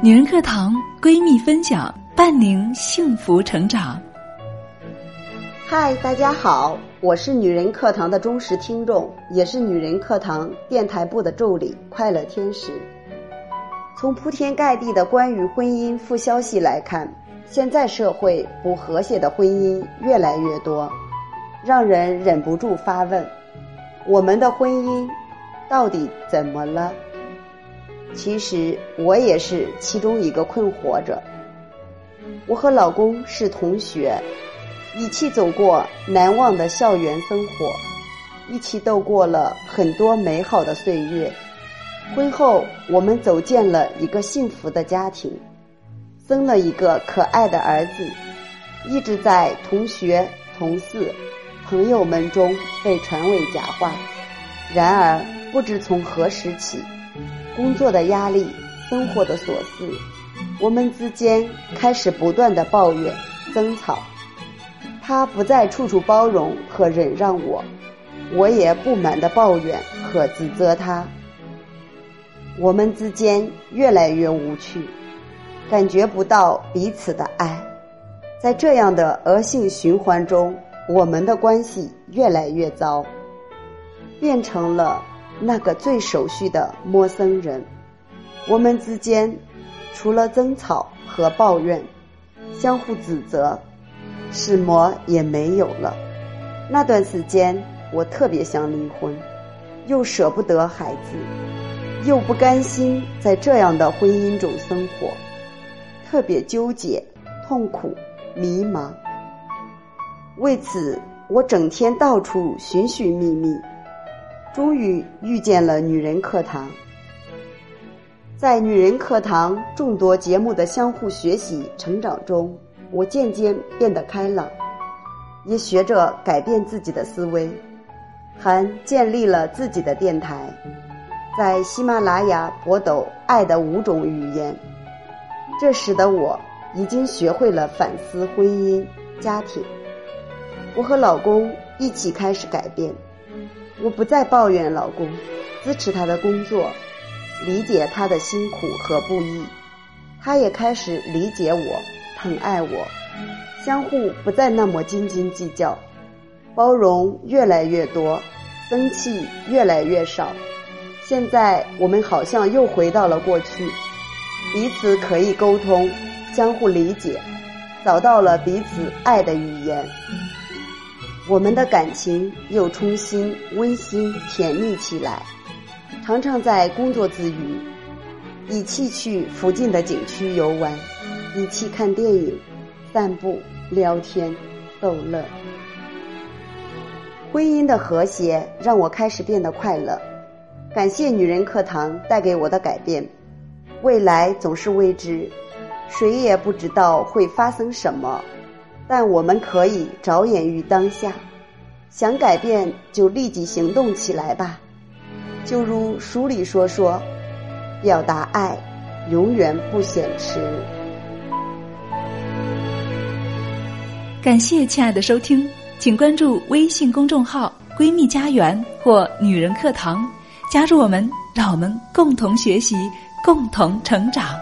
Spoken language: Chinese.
女人课堂闺蜜分享，伴您幸福成长。 嗨，大家好，我是女人课堂的忠实听众，也是女人课堂电台部的助理快乐天使。从铺天盖地的关于婚姻负消息来看，现在社会不和谐的婚姻越来越多，让人忍不住发问，我们的婚姻到底怎么了？其实我也是其中一个困惑者。我和老公是同学，一起走过难忘的校园生活，一起度过了很多美好的岁月。婚后我们走进了一个幸福的家庭，生了一个可爱的儿子，一直在同学、同事、朋友们中被传为佳话。然而不知从何时起，工作的压力，生活的琐事，我们之间开始不断的抱怨、争吵。他不再处处包容和忍让我，我也不满的抱怨和指责他。我们之间越来越无趣，感觉不到彼此的爱。在这样的恶性循环中，我们的关系越来越糟，变成了那个最熟悉的陌生人。我们之间除了争吵和抱怨，相互指责，什么也没有了。那段时间我特别想离婚，又舍不得孩子，又不甘心在这样的婚姻中生活，特别纠结、痛苦、迷茫。为此我整天到处寻寻觅觅，终于遇见了女人课堂。在女人课堂众多节目的相互学习成长中，我渐渐变得开朗，也学着改变自己的思维，还建立了自己的电台，在喜马拉雅博斗爱的5种语言。这时的我已经学会了反思婚姻、家庭。我和老公一起开始改变，我不再抱怨老公，支持他的工作，理解他的辛苦和不易。他也开始理解我，疼爱我，相互不再那么斤斤计较，包容越来越多，生气越来越少。现在我们好像又回到了过去，彼此可以沟通，相互理解，找到了彼此爱的语言。我们的感情又重新温馨甜蜜起来，常常在工作之余一起去附近的景区游玩，一起看电影、散步、聊天、逗乐。婚姻的和谐让我开始变得快乐，感谢女人课堂带给我的改变。未来总是未知，谁也不知道会发生什么，但我们可以着眼于当下，想改变就立即行动起来吧。就如书里说，表达爱永远不显迟。 感谢亲爱的收听，请关注微信公众号闺蜜家园或女人课堂，加入我们，让我们共同学习，共同成长。